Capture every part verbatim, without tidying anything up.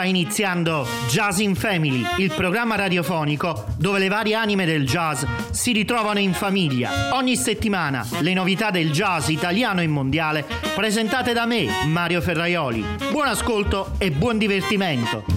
Sta iniziando Jazz in Family, il programma radiofonico dove le varie anime del jazz si ritrovano in famiglia. Ogni settimana le novità del jazz italiano e mondiale presentate da me, Mario Ferraioli. Buon ascolto e buon divertimento.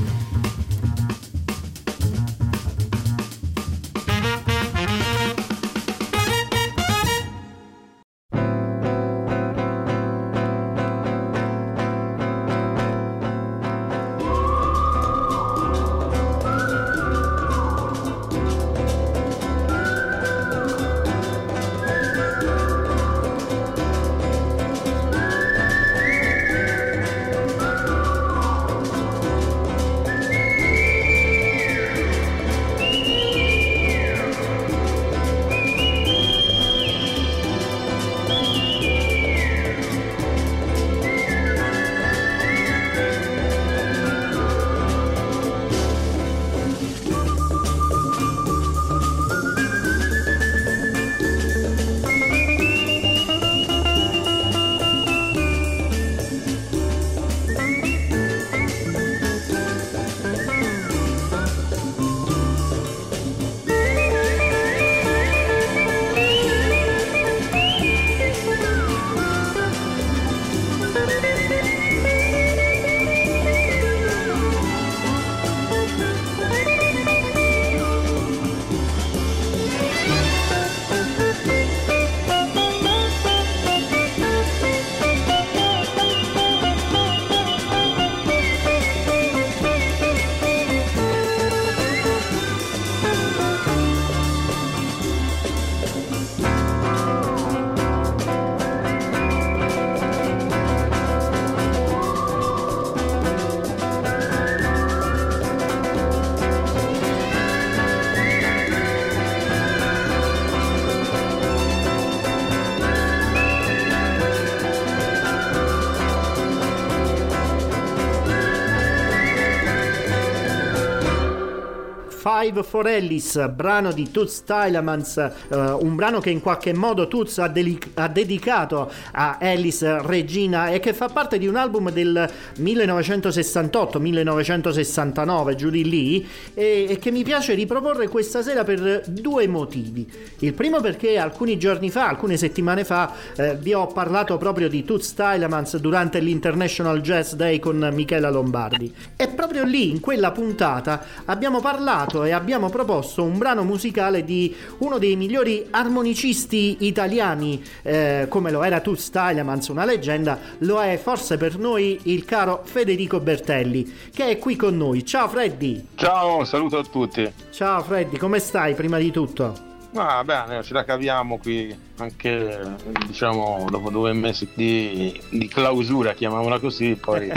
Five for Ellis, brano di Toots Thielemans, uh, un brano che in qualche modo Toots ha, delic- ha dedicato a Ellis Regina e che fa parte di un album del millenovecentosessantotto millenovecentosessantanove, giù di lì, e, e che mi piace riproporre questa sera per due motivi. Il primo perché alcuni giorni fa, alcune settimane fa, eh, vi ho parlato proprio di Toots Thielemans durante l'International Jazz Day con Michela Lombardi, e proprio lì in quella puntata abbiamo parlato e abbiamo proposto un brano musicale di uno dei migliori armonicisti italiani, eh, come lo era Toots Thielemans, una leggenda, lo è forse per noi il caro Federico Bertelli, che è qui con noi. Ciao Freddy! Ciao, saluto a tutti! Ciao Freddy, come stai prima di tutto? Ah, bene, ce la caviamo qui anche, diciamo, dopo due mesi di, di clausura, chiamiamola così, poi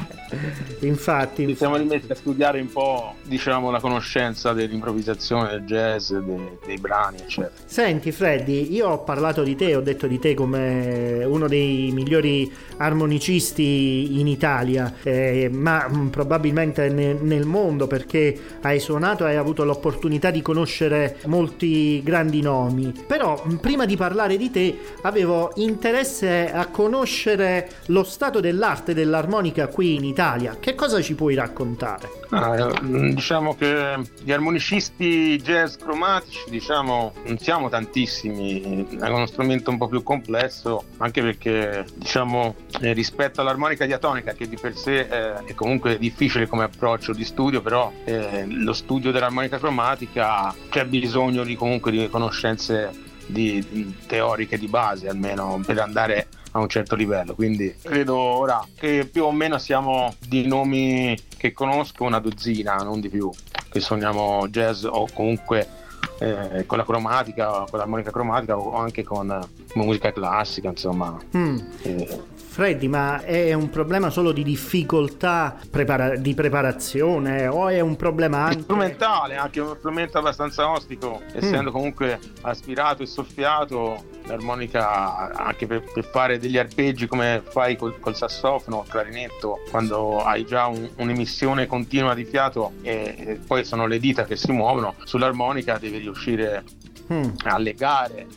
infatti ci siamo rimessi a studiare un po', diciamo, la conoscenza dell'improvvisazione, del jazz, dei, dei brani, eccetera. Senti Freddy, io ho parlato di te, ho detto di te come uno dei migliori armonicisti in Italia, eh, ma mh, probabilmente ne, nel mondo, perché hai suonato e hai avuto l'opportunità di conoscere molti grandi nomi. Però mh, prima di parlare di te avevo interesse a conoscere lo stato dell'arte dell'armonica qui in Italia. Che cosa ci puoi raccontare? Ah, diciamo che gli armonicisti jazz cromatici, diciamo, non siamo tantissimi, è uno strumento un po' più complesso, anche perché, diciamo, eh, rispetto all'armonica diatonica, che di per sé eh, è comunque difficile come approccio di studio, però eh, lo studio dell'armonica cromatica c'è bisogno di comunque di conoscenze Di, di teoriche di base, almeno per andare a un certo livello, quindi credo ora che più o meno siamo di nomi che conosco una dozzina, non di più, che suoniamo jazz o comunque eh, con la cromatica, con l'armonica cromatica o anche con musica classica, insomma. Mm. Eh, Freddy, ma è un problema solo di difficoltà prepara- di preparazione o è un problema anche strumentale, anche uno strumento abbastanza ostico, essendo mm. comunque aspirato e soffiato, l'armonica anche per, per fare degli arpeggi come fai col, col sassofono o il clarinetto, quando hai già un, un'emissione continua di fiato e, e poi sono le dita che si muovono, sull'armonica devi riuscire mm. a legare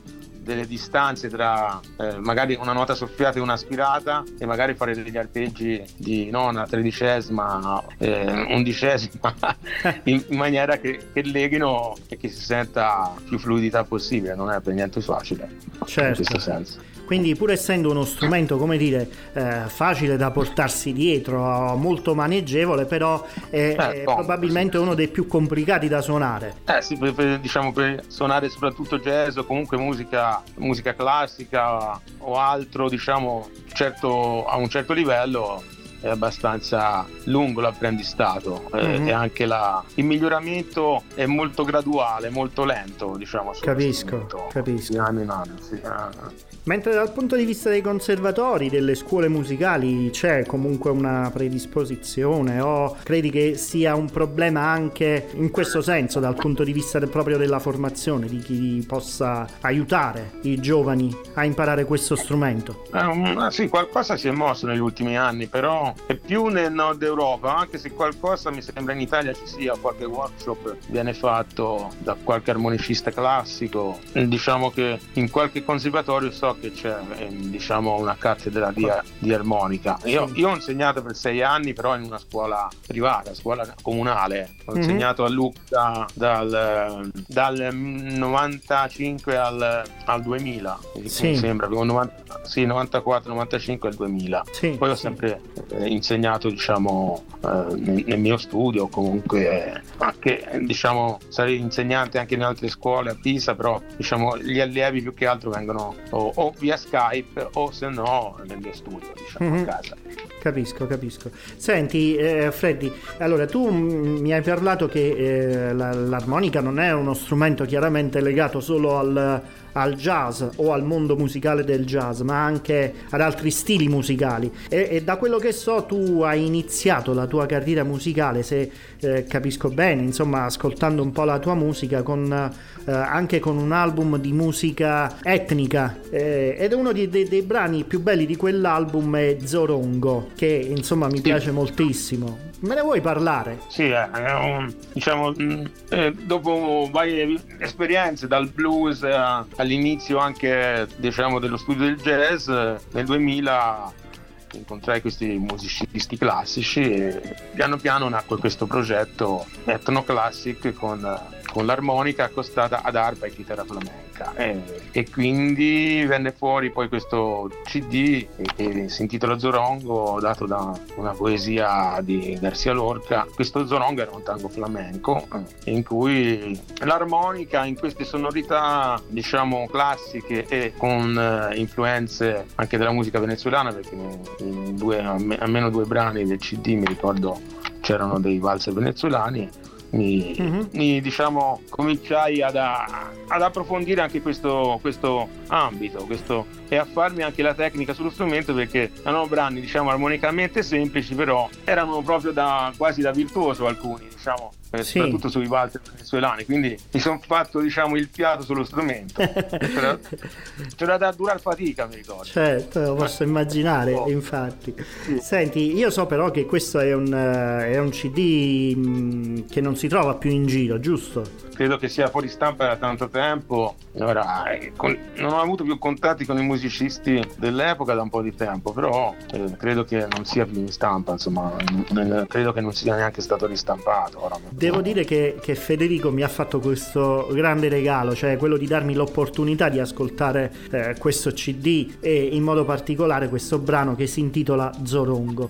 delle distanze tra eh, magari una nota soffiata e una aspirata, e magari fare degli arpeggi di nona, tredicesima, eh, undicesima in, in maniera che, che leghino e che si senta più fluidità possibile. Non è per niente facile, certo, in questo senso. Quindi, pur essendo uno strumento, come dire, eh, facile da portarsi dietro, molto maneggevole, però è, eh, è probabilmente sì. uno dei più complicati da suonare. Eh sì, per, per, diciamo per suonare soprattutto jazz o comunque musica, musica classica o altro, diciamo, certo, a un certo livello è abbastanza lungo l'apprendistato, mm-hmm. eh, e anche la, il miglioramento è molto graduale, molto lento, diciamo. Capisco, capisco. Di anno in anno, sì. eh. Mentre dal punto di vista dei conservatori, delle scuole musicali, c'è comunque una predisposizione, o credi che sia un problema anche in questo senso dal punto di vista del, proprio della formazione, di chi possa aiutare i giovani a imparare questo strumento? Eh, um, sì, qualcosa si è mosso negli ultimi anni, però è più nel nord Europa, anche se qualcosa mi sembra in Italia ci sia, qualche workshop viene fatto da qualche armonicista classico. Diciamo che in qualche conservatorio so che c'è, diciamo, una cattedra di, di armonica. Io, io ho insegnato per sei anni, però in una scuola privata, scuola comunale. Ho mm-hmm. insegnato a Lucca dal, dal novantacinque al, al duemila, sì. mi sembra, novanta, sì, novantaquattro novantacinque al duemila. Sì, Poi ho sì. sempre eh, insegnato, diciamo, eh, nel, nel mio studio, comunque eh, anche, diciamo, sarei insegnante anche in altre scuole a Pisa, però, diciamo, gli allievi più che altro vengono o, o via Skype o se no nel mio studio, diciamo, mm-hmm. a casa. Capisco, capisco. Senti, eh, Freddy, allora tu m- mi hai parlato che eh, la, l'armonica non è uno strumento chiaramente legato solo al, al jazz o al mondo musicale del jazz, ma anche ad altri stili musicali. E, e da quello che so tu hai iniziato la tua carriera musicale, se eh, capisco bene, insomma, ascoltando un po' la tua musica, con eh, anche con un album di musica etnica, eh, ed è uno dei, dei, dei brani più belli di quell'album è Zorongo, che insomma mi piace sì. moltissimo. Me ne vuoi parlare? Sì, eh, un, diciamo eh, dopo varie esperienze dal blues eh, all'inizio anche, diciamo, dello studio del jazz, nel duemila incontrai questi musicisti classici e piano piano nacque questo progetto Ethno Classic con, con l'armonica accostata ad arpa e chitarra flamenca, e, e quindi venne fuori poi questo C D che si intitola Zorongo, dato da una poesia di Garcia Lorca. Questo Zorongo era un tango flamenco in cui l'armonica in queste sonorità, diciamo, classiche e con uh, influenze anche della musica venezuelana, perché in due, almeno due brani del C D mi ricordo c'erano dei valzer venezuelani. Mi, mm-hmm. mi diciamo cominciai ad, a, ad approfondire anche questo, questo ambito questo, e a farmi anche la tecnica sullo strumento, perché erano brani, diciamo, armonicamente semplici, però erano proprio da quasi da virtuoso alcuni, diciamo, eh, sì. soprattutto sui valzer venezuelani, quindi mi sono fatto, diciamo, il fiato sullo strumento. c'era, c'era da durare fatica, mi ricordo. Certo, lo posso immaginare, oh. infatti. Sì. Senti, io so però che questo è un, è un C D mh, che non si trova più in giro, giusto? Credo che sia fuori stampa da tanto tempo. Ora, eh, con, non ho avuto più contatti con i musicisti dell'epoca da un po' di tempo, però eh, credo che non sia più in stampa, insomma, n- credo che non sia neanche stato ristampato. Ora, Devo no. dire che, che Federico mi ha fatto questo grande regalo, cioè quello di darmi l'opportunità di ascoltare eh, questo C D, e in modo particolare questo brano che si intitola Zorongo.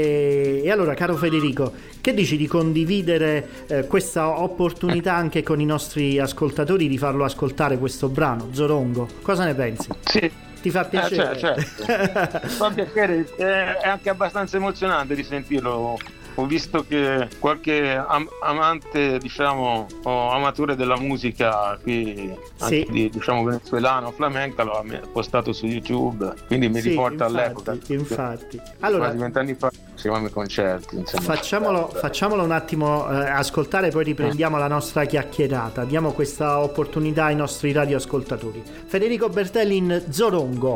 E, e allora, caro Federico, che dici di condividere eh, questa opportunità anche con i nostri ascoltatori, di farlo ascoltare questo brano Zorongo? Cosa ne pensi? Sì. Ti fa piacere? Eh, cioè, certo. Fa piacere, è anche abbastanza emozionante di sentirlo. Ho visto che qualche am- amante, diciamo, o amatore della musica qui, anche sì. di, diciamo, venezuelano, flamenca, lo ha postato su YouTube, quindi mi sì, riporta infatti, all'epoca. Infatti. Allora, quasi vent'anni fa facevamo i concerti. Insomma. Facciamolo, facciamolo un attimo eh, ascoltare, poi riprendiamo mm. la nostra chiacchierata. Diamo questa opportunità ai nostri radioascoltatori. Federico Bertelli in Zorongo.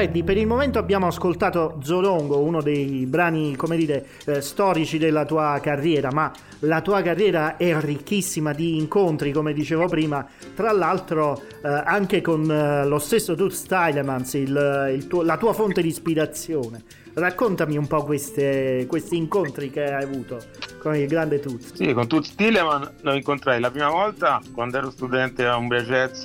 Freddy, per il momento abbiamo ascoltato Zolongo, uno dei brani, come dire, eh, storici della tua carriera, ma la tua carriera è ricchissima di incontri, come dicevo prima, tra l'altro eh, anche con eh, lo stesso Toots Thielemans, il, il tuo, la tua fonte di ispirazione. Raccontami un po' queste, questi incontri che hai avuto con il grande Toots. Sì, con Toots Thielemans lo incontrai la prima volta quando ero studente a Umbria Jazz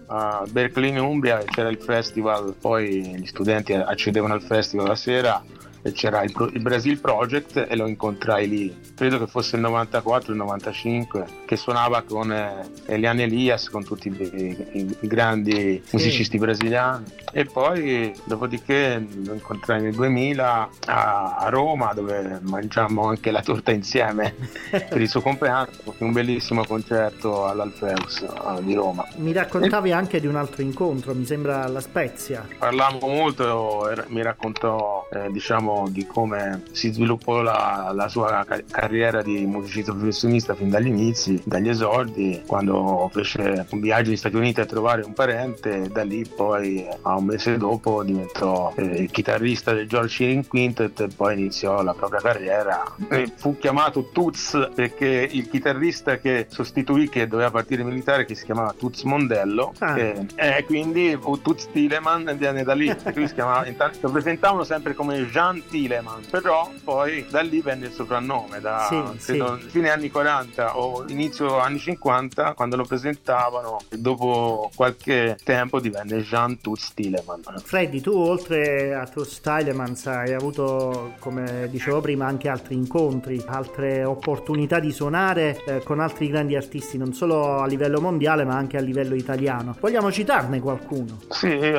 a Berkeley in Umbria, e c'era il festival, poi gli studenti accedevano al festival la sera e c'era il, il Brazil Project e lo incontrai lì, credo che fosse il novantaquattro, il novantacinque, che suonava con eh, Eliane Elias, con tutti i, i, i grandi sì. musicisti brasiliani, e poi dopodiché lo incontrai nel duemila a, a Roma, dove mangiammo anche la torta insieme per il suo compleanno, un bellissimo concerto all'Alfeus di Roma. Mi raccontavi e... anche di un altro incontro, mi sembra alla Spezia. Parlammo molto, mi raccontò eh, diciamo di come si sviluppò la, la sua car- carriera di musicista professionista fin dagli inizi, dagli esordi, quando fece un viaggio negli Stati Uniti a trovare un parente, e da lì poi a un mese dopo diventò eh, il chitarrista del George Shearing Quintet e poi iniziò la propria carriera. E fu chiamato Toots perché il chitarrista che sostituì, che doveva partire militare, che si chiamava Toots Mondello, ah. e, e quindi fu Toots Thielemans, viene da lì, lui si chiamava, intanto lo presentavano sempre come Jean Thielemans, però poi da lì venne il soprannome, da sì, credo, sì. fine anni quaranta o inizio anni cinquanta, quando lo presentavano, e dopo qualche tempo divenne Jean Toots Thielemans. Freddy, tu oltre a Toots Thielemans hai avuto, come dicevo prima, anche altri incontri, altre opportunità di suonare eh, con altri grandi artisti, non solo a livello mondiale ma anche a livello italiano. Vogliamo citarne qualcuno? Sì, eh,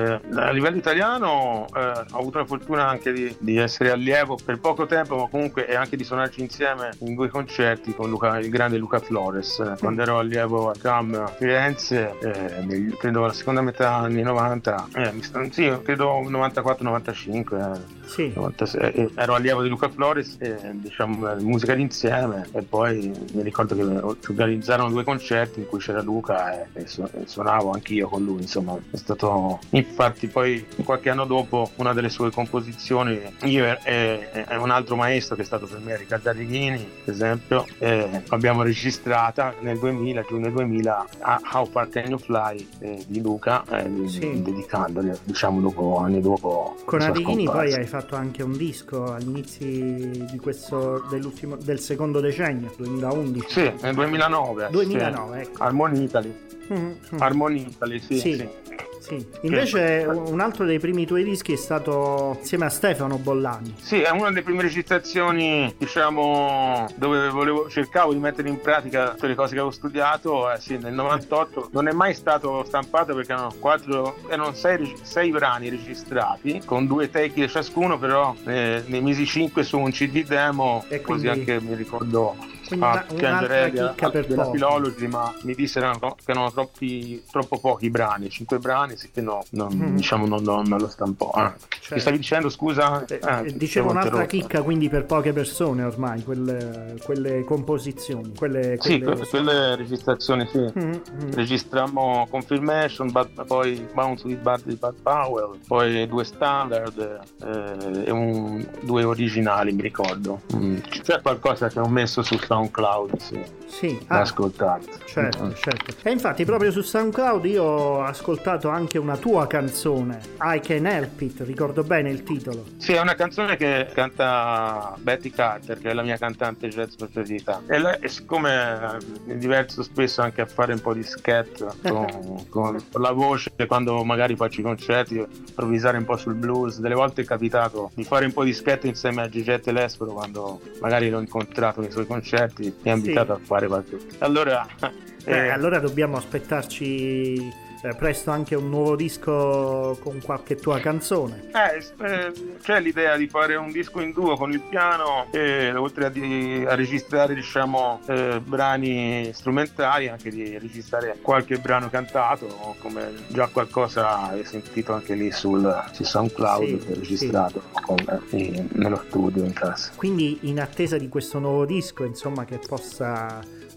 a livello italiano eh, ho avuto la fortuna anche di di essere allievo per poco tempo, ma comunque, e anche di suonarci insieme in due concerti con Luca, il grande Luca Flores, quando ero allievo a C A M a Firenze, eh, nel, credo la seconda metà anni novanta, eh, sì, credo novantaquattro novantacinque, eh, sì. novantasei, eh, ero allievo di Luca Flores, e diciamo musica d'insieme, e poi mi ricordo che organizzarono due concerti in cui c'era Luca e, e, su, e suonavo anch'io con lui, insomma è stato, infatti poi qualche anno dopo una delle sue composizioni, io e, e, e un altro maestro che è stato per me, Riccardo Arrighini per esempio, eh, l'abbiamo registrata nel duemila, giugno duemila, a How Far Can You Fly eh, di Luca, eh, sì. dedicandoli diciamo dopo, anni dopo. Con Arrighini poi hai fatto anche un disco agli inizi di questo dell'ultimo del secondo decennio, duemilaundici. Sì, nel duemilanove. duemilanove, sì. Ecco. Harmony Italy. Mm-hmm. Harmony Italy, sì. sì. sì. Sì. Invece un altro dei primi tuoi dischi è stato insieme a Stefano Bollani. Sì, è una delle prime registrazioni, diciamo, dove volevo, cercavo di mettere in pratica tutte le cose che avevo studiato. Eh, sì, nel novantotto non è mai stato stampato perché erano quattro, erano sei, sei brani registrati con due take ciascuno, però eh, ne misi cinque su un C D demo, e così quindi... anche mi ricordo a piangere della Filology, ma mi dissero che erano troppi, troppo pochi brani, cinque brani, sì che no, non, mm. diciamo non, non, non lo stampò. Ah. Cioè, mi stavi dicendo, scusa? Eh, eh, dicevo un'altra chicca, quindi per poche persone ormai, quelle, quelle composizioni, quelle, quelle... Sì, que- quelle registrazioni, sì. Mm-hmm. Registrammo Confirmation, Bad, poi Bounce with Bad di Bud Powell, poi due standard eh, e un, due originali, mi ricordo. Mm. C'è qualcosa che ho messo su SoundCloud, sì, sì. da ah, ascoltare. Certo, mm. certo. E infatti proprio su SoundCloud io ho ascoltato anche una tua canzone, I Can Help It, ricordo bene il titolo. Sì, è una canzone che canta Betty Carter, che è la mia cantante jazz preferita, e, lei, e siccome mi diverto spesso anche a fare un po' di scat con, con, con la voce, quando magari faccio i concerti, improvvisare un po' sul blues, delle volte è capitato di fare un po' di scat insieme a Giuseppe Lespero, quando magari l'ho incontrato nei suoi concerti, mi ha invitato sì. a fare qualche... Allora... Eh, eh, allora dobbiamo aspettarci eh, presto anche un nuovo disco con qualche tua canzone. Eh, eh, c'è l'idea di fare un disco in duo con il piano, e oltre a, di, a registrare diciamo eh, brani strumentali, anche di registrare qualche brano cantato, come già qualcosa hai sentito anche lì sul, su SoundCloud, sì, registrato sì. con, eh, nello studio in casa. Quindi in attesa di questo nuovo disco, insomma, che possa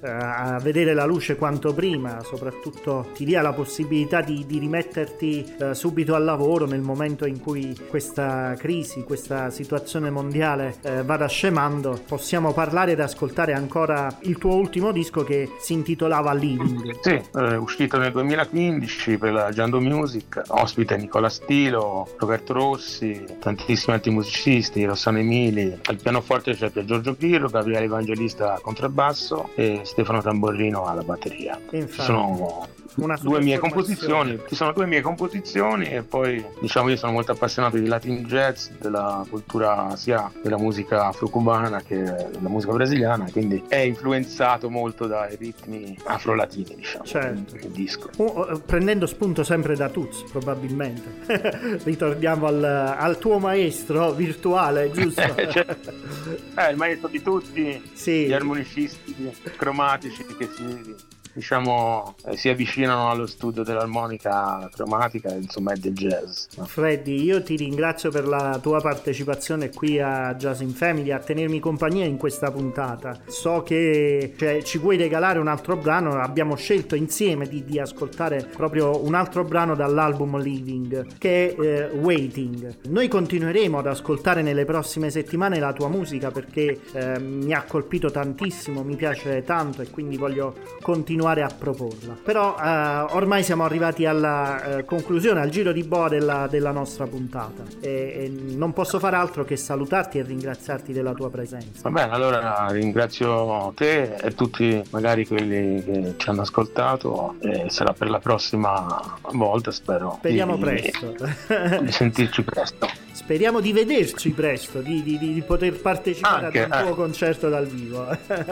eh, a vedere la luce quanto prima, soprattutto ti dia la possibilità di, di rimetterti eh, subito al lavoro nel momento in cui questa crisi, questa situazione mondiale eh, vada scemando. Possiamo parlare ed ascoltare ancora il tuo ultimo disco che si intitolava Living. Sì, è uscito nel duemilaquindici per la Giando Music, ospite Nicola Stilo, Roberto Rossi, tantissimi altri musicisti, Rossano Emili. Al pianoforte c'è Giorgio Pirro, Gabriele Evangelista al contrabbasso e Stefano Tamborrino alla batteria. Infatti, sono una due mie composizioni, ci sono due mie composizioni e poi diciamo io sono molto appassionato di Latin jazz, della cultura sia della musica afro-cubana che della musica brasiliana, quindi è influenzato molto dai ritmi afro-latini, diciamo, certo. Il disco. Uh, prendendo spunto sempre da Toots, probabilmente. Ritorniamo al, al tuo maestro virtuale, giusto? Cioè, è il maestro di tutti, sì. Gli armonicisti cromatici che si diciamo eh, si avvicinano allo studio dell'armonica cromatica, insomma, e del jazz. Freddy, io ti ringrazio per la tua partecipazione qui a Jazz in Family, a tenermi compagnia in questa puntata. So che cioè, ci puoi regalare un altro brano, abbiamo scelto insieme di, di ascoltare proprio un altro brano dall'album Living, che è eh, Waiting. Noi continueremo ad ascoltare nelle prossime settimane la tua musica perché eh, mi ha colpito tantissimo, mi piace tanto e quindi voglio continuare a proporla. Però eh, ormai siamo arrivati alla eh, conclusione, al giro di boa della, della nostra puntata e, e non posso fare altro che salutarti e ringraziarti della tua presenza. Va bene, allora ringrazio te e tutti magari quelli che ci hanno ascoltato e sarà per la prossima volta, spero. Speriamo di, presto. Di sentirci presto. Speriamo di vederci presto, di, di, di poter partecipare Anche, ad un eh. tuo concerto dal vivo.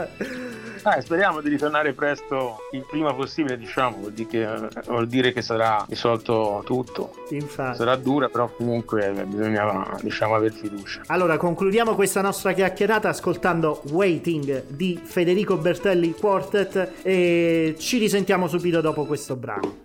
Eh, speriamo di ritornare presto, il prima possibile, diciamo, vuol dire che, vuol dire che sarà risolto tutto. Infatti. Sarà dura, però comunque bisogna, diciamo, aver fiducia. Allora, concludiamo questa nostra chiacchierata ascoltando Waiting di Federico Bertelli Quartet e ci risentiamo subito dopo questo brano.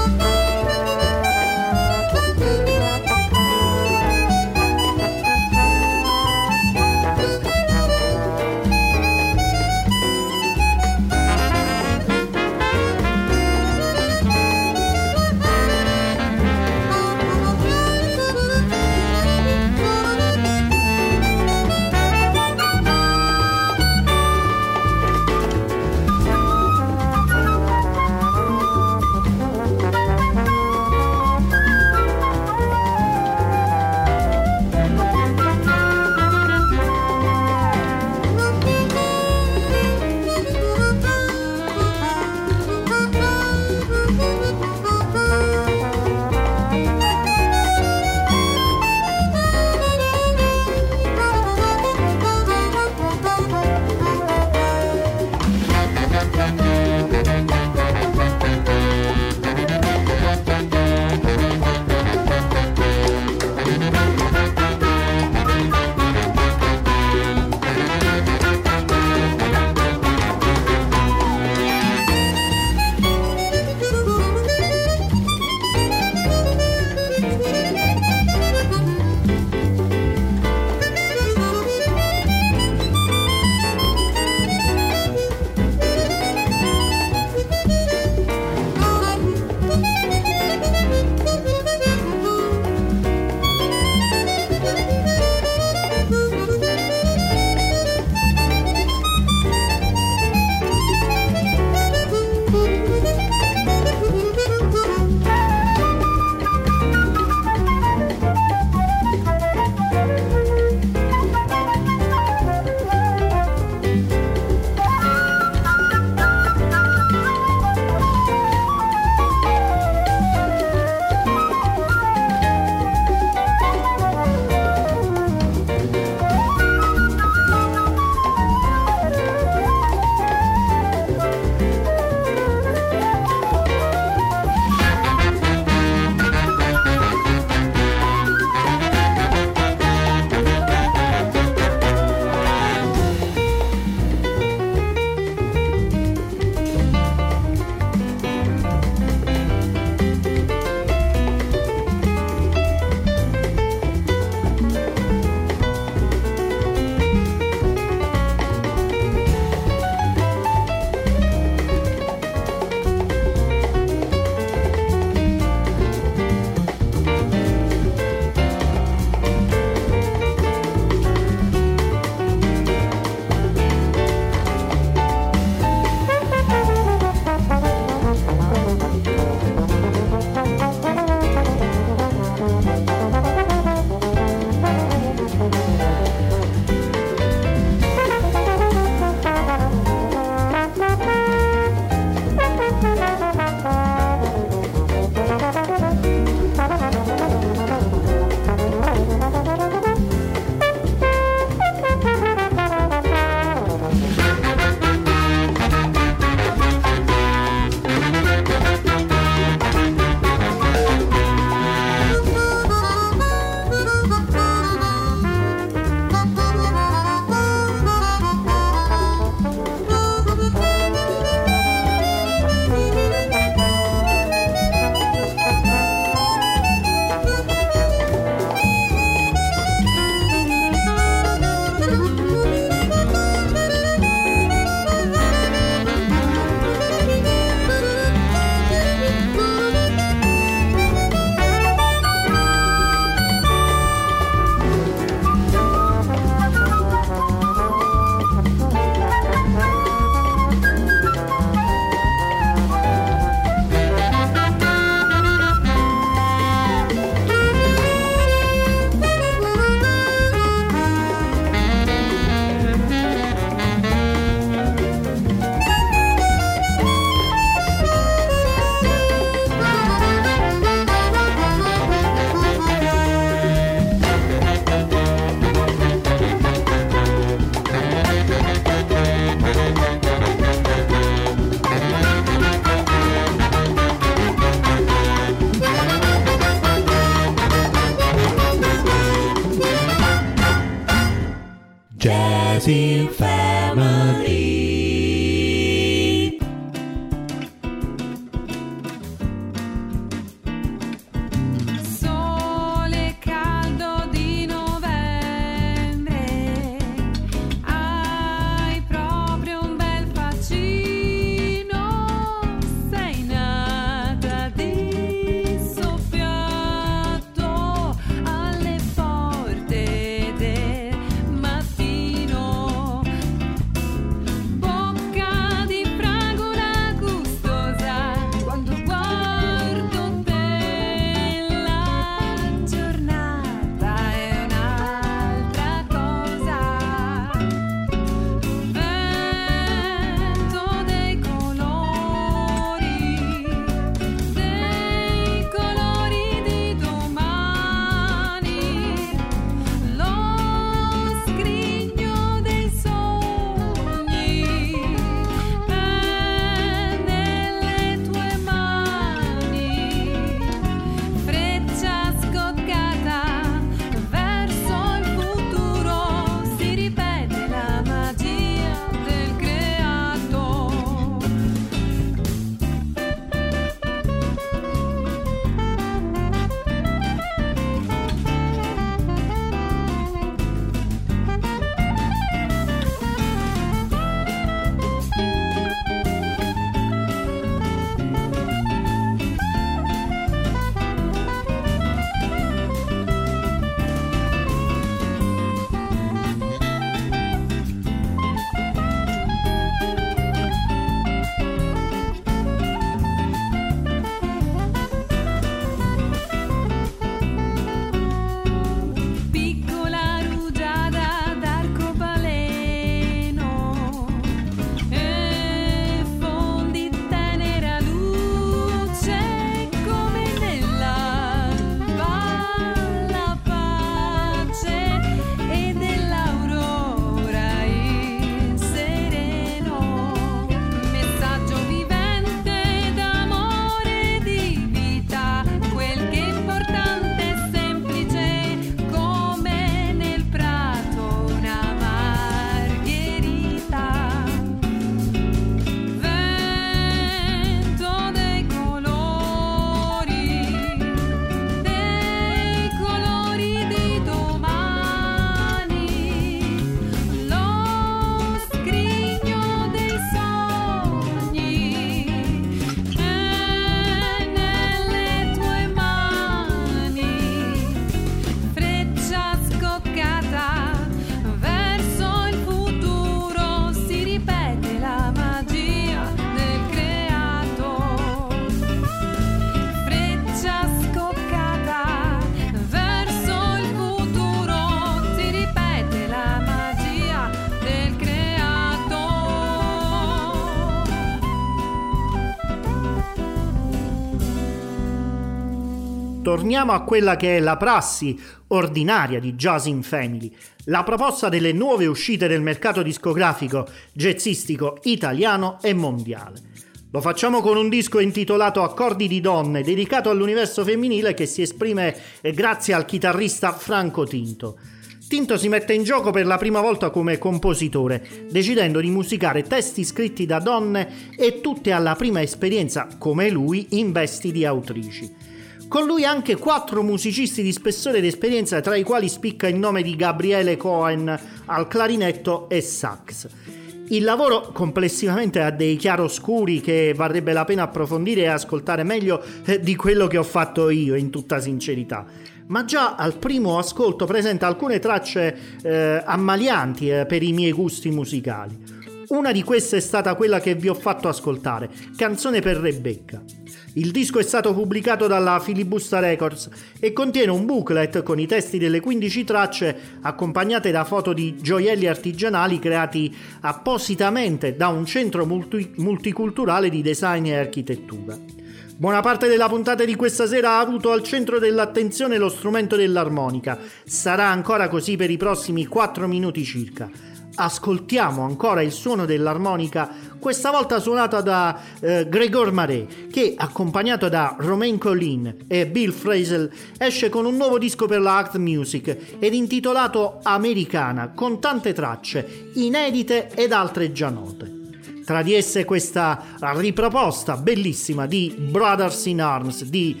torniamo a quella che è la prassi ordinaria di Jazz in Family, la proposta delle nuove uscite del mercato discografico jazzistico italiano e mondiale. Lo facciamo con un disco intitolato Accordi di donne, dedicato all'universo femminile che si esprime grazie al chitarrista Franco Tinto. Tinto si mette in gioco per la prima volta come compositore, decidendo di musicare testi scritti da donne e tutte alla prima esperienza, come lui, in vesti di autrici. Con lui anche quattro musicisti di spessore ed esperienza, tra i quali spicca il nome di Gabriele Cohen al clarinetto e sax. Il lavoro complessivamente ha dei chiaroscuri che varrebbe la pena approfondire e ascoltare meglio di quello che ho fatto io, in tutta sincerità. Ma già al primo ascolto presenta alcune tracce eh, ammalianti eh, per i miei gusti musicali. Una di queste è stata quella che vi ho fatto ascoltare, Canzone per Rebecca. Il disco è stato pubblicato dalla Filibusta Records e contiene un booklet con i testi delle quindici tracce accompagnate da foto di gioielli artigianali creati appositamente da un centro multi- multiculturale di design e architettura. Buona parte della puntata di questa sera ha avuto al centro dell'attenzione lo strumento dell'armonica. Sarà ancora così per i prossimi quattro minuti circa. Ascoltiamo ancora il suono dell'armonica, questa volta suonata da eh, Gregor Maret, che accompagnato da Romain Collin e Bill Frisell esce con un nuovo disco per la Art Music ed intitolato Americana, con tante tracce inedite ed altre già note. Tra di esse questa riproposta bellissima di Brothers in Arms di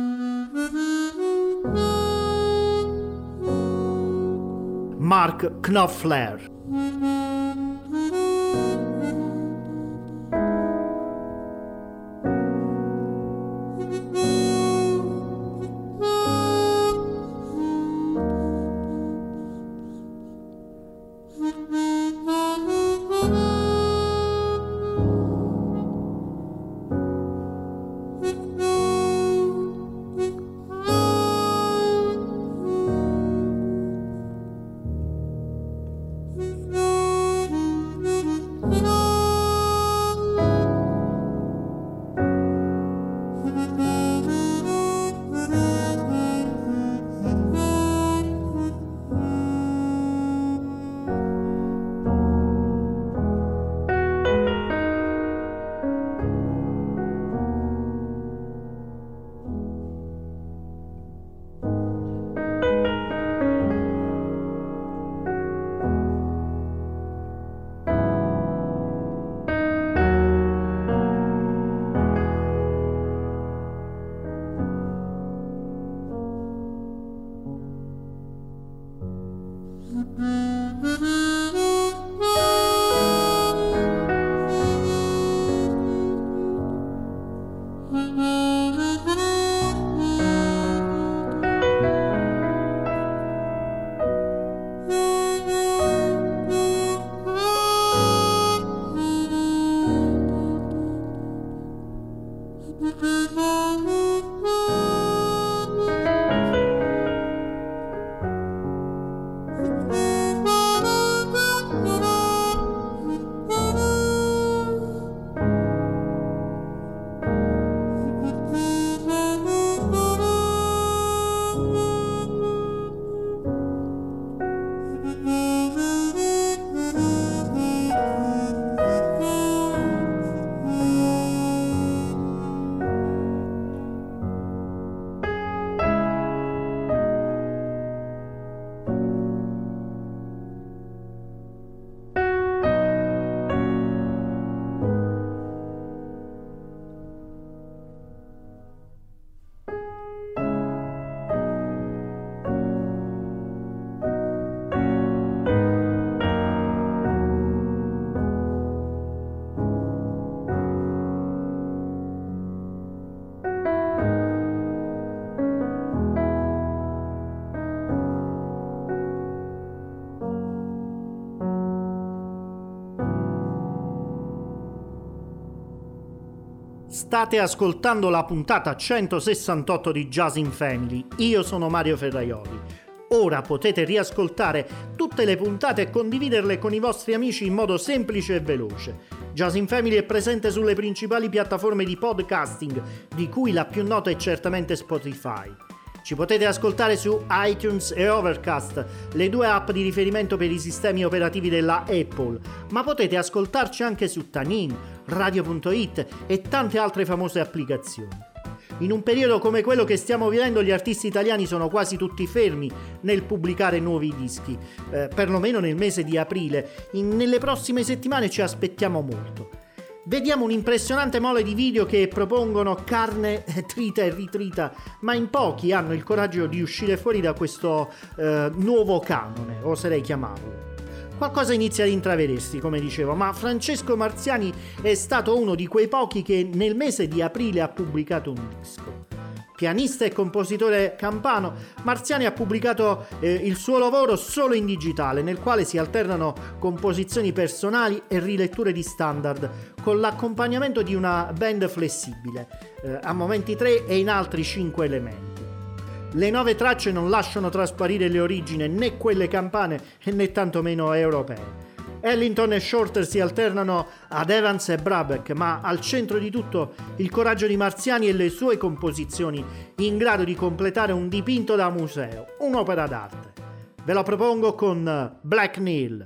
Mark Knopfler. State ascoltando la puntata centosessantotto di Jazz in Family. Io sono Mario Ferraioli. Ora potete riascoltare tutte le puntate e condividerle con i vostri amici in modo semplice e veloce. Jazz in Family è presente sulle principali piattaforme di podcasting, di cui la più nota è certamente Spotify. Ci potete ascoltare su iTunes e Overcast, le due app di riferimento per i sistemi operativi della Apple, ma potete ascoltarci anche su TuneIn, Radio punto it e tante altre famose applicazioni. In un periodo come quello che stiamo vivendo, gli artisti italiani sono quasi tutti fermi nel pubblicare nuovi dischi, eh, perlomeno nel mese di aprile. In, nelle prossime settimane ci aspettiamo molto. Vediamo un'impressionante mole di video che propongono carne trita e ritrita, ma in pochi hanno il coraggio di uscire fuori da questo eh, nuovo canone, oserei chiamarlo. Qualcosa inizia ad intravedersi, come dicevo, ma Francesco Marziani è stato uno di quei pochi che nel mese di aprile ha pubblicato un disco. Pianista e compositore campano, Marziani ha pubblicato eh, il suo lavoro solo in digitale, nel quale si alternano composizioni personali e riletture di standard, con l'accompagnamento di una band flessibile, eh, a momenti tre e in altri cinque elementi. Le nuove tracce non lasciano trasparire le origini, né quelle campane né tantomeno europee. Ellington e Shorter si alternano ad Evans e Brabeck, ma al centro di tutto il coraggio di Marziani e le sue composizioni in grado di completare un dipinto da museo, un'opera d'arte. Ve lo propongo con Black Neil.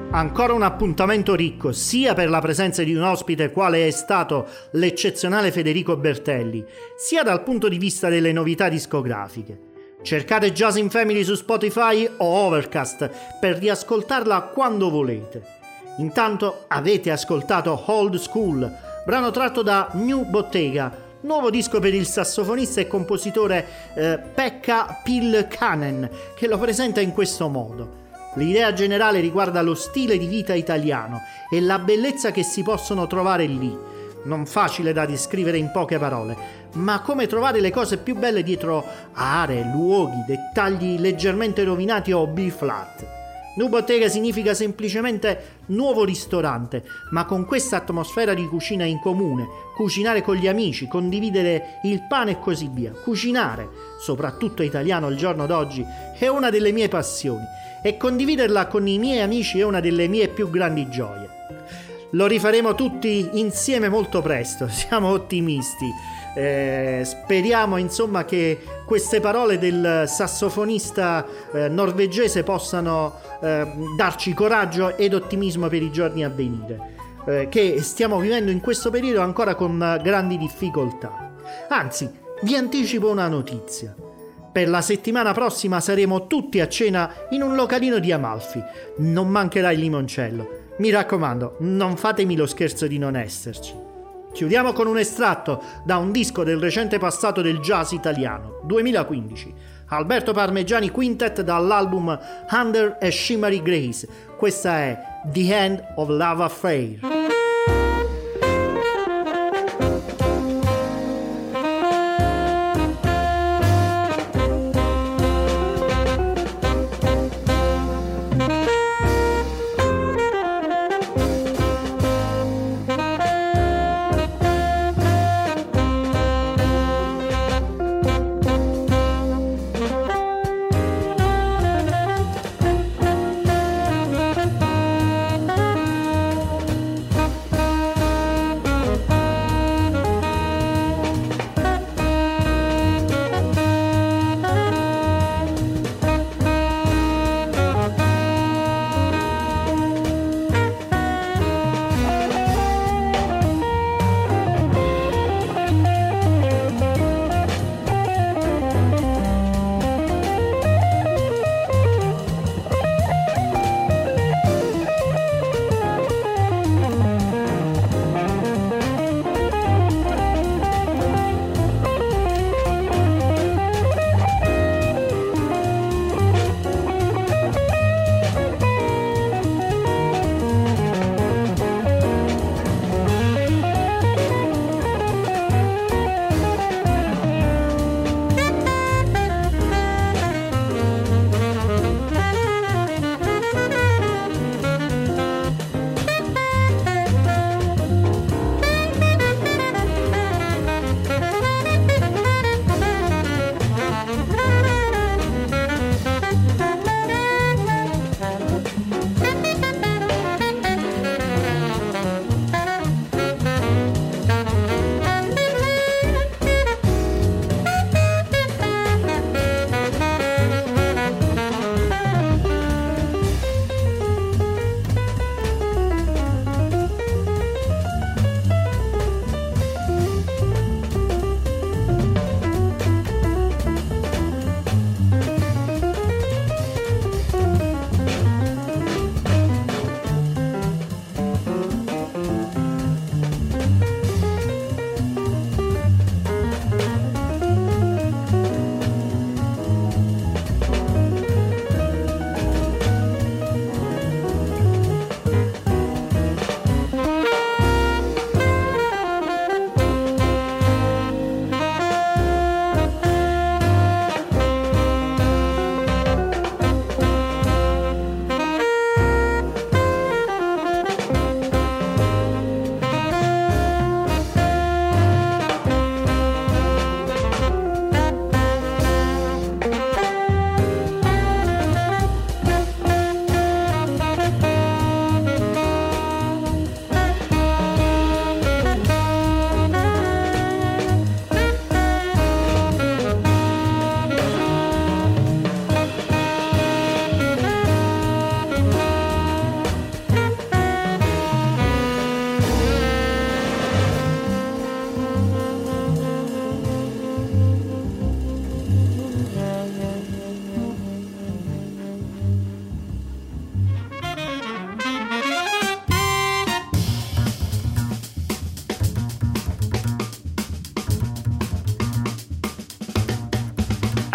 Ancora un appuntamento ricco, sia per la presenza di un ospite quale è stato l'eccezionale Federico Bertelli, sia dal punto di vista delle novità discografiche. Cercate Jazz in Family su Spotify o Overcast per riascoltarla quando volete. Intanto avete ascoltato Old School, brano tratto da New Bottega, nuovo disco per il sassofonista e compositore eh, Pekka Pilkkanen, che lo presenta in questo modo. L'idea generale riguarda lo stile di vita italiano e la bellezza che si possono trovare lì. Non facile da descrivere in poche parole, ma come trovare le cose più belle dietro aree, luoghi, dettagli leggermente rovinati o B-flat. New Bottega significa semplicemente nuovo ristorante, ma con questa atmosfera di cucina in comune, cucinare con gli amici, condividere il pane e così via. Cucinare, soprattutto italiano al giorno d'oggi, è una delle mie passioni e condividerla con i miei amici è una delle mie più grandi gioie. Lo rifaremo tutti insieme molto presto, siamo ottimisti. Eh, speriamo insomma che queste parole del sassofonista eh, norvegese possano eh, darci coraggio ed ottimismo per i giorni a venire, eh, che stiamo vivendo in questo periodo ancora con grandi difficoltà. Anzi, vi anticipo una notizia. Per la settimana prossima saremo tutti a cena in un localino di Amalfi. Non mancherà il limoncello. Mi raccomando, non fatemi lo scherzo di non esserci. Chiudiamo con un estratto da un disco del recente passato del jazz italiano, duemilaquindici. Alberto Parmegiani Quintet dall'album Under a Shimmery Grace. Questa è The End of Love Affair.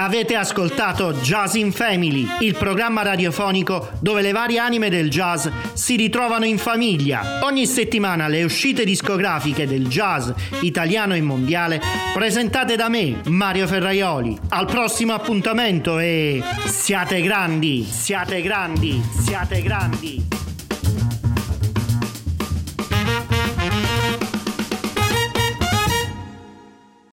Avete ascoltato Jazz in Family, il programma radiofonico dove le varie anime del jazz si ritrovano in famiglia. Ogni settimana le uscite discografiche del jazz italiano e mondiale presentate da me, Mario Ferraioli. Al prossimo appuntamento e siate grandi, siate grandi, siate grandi.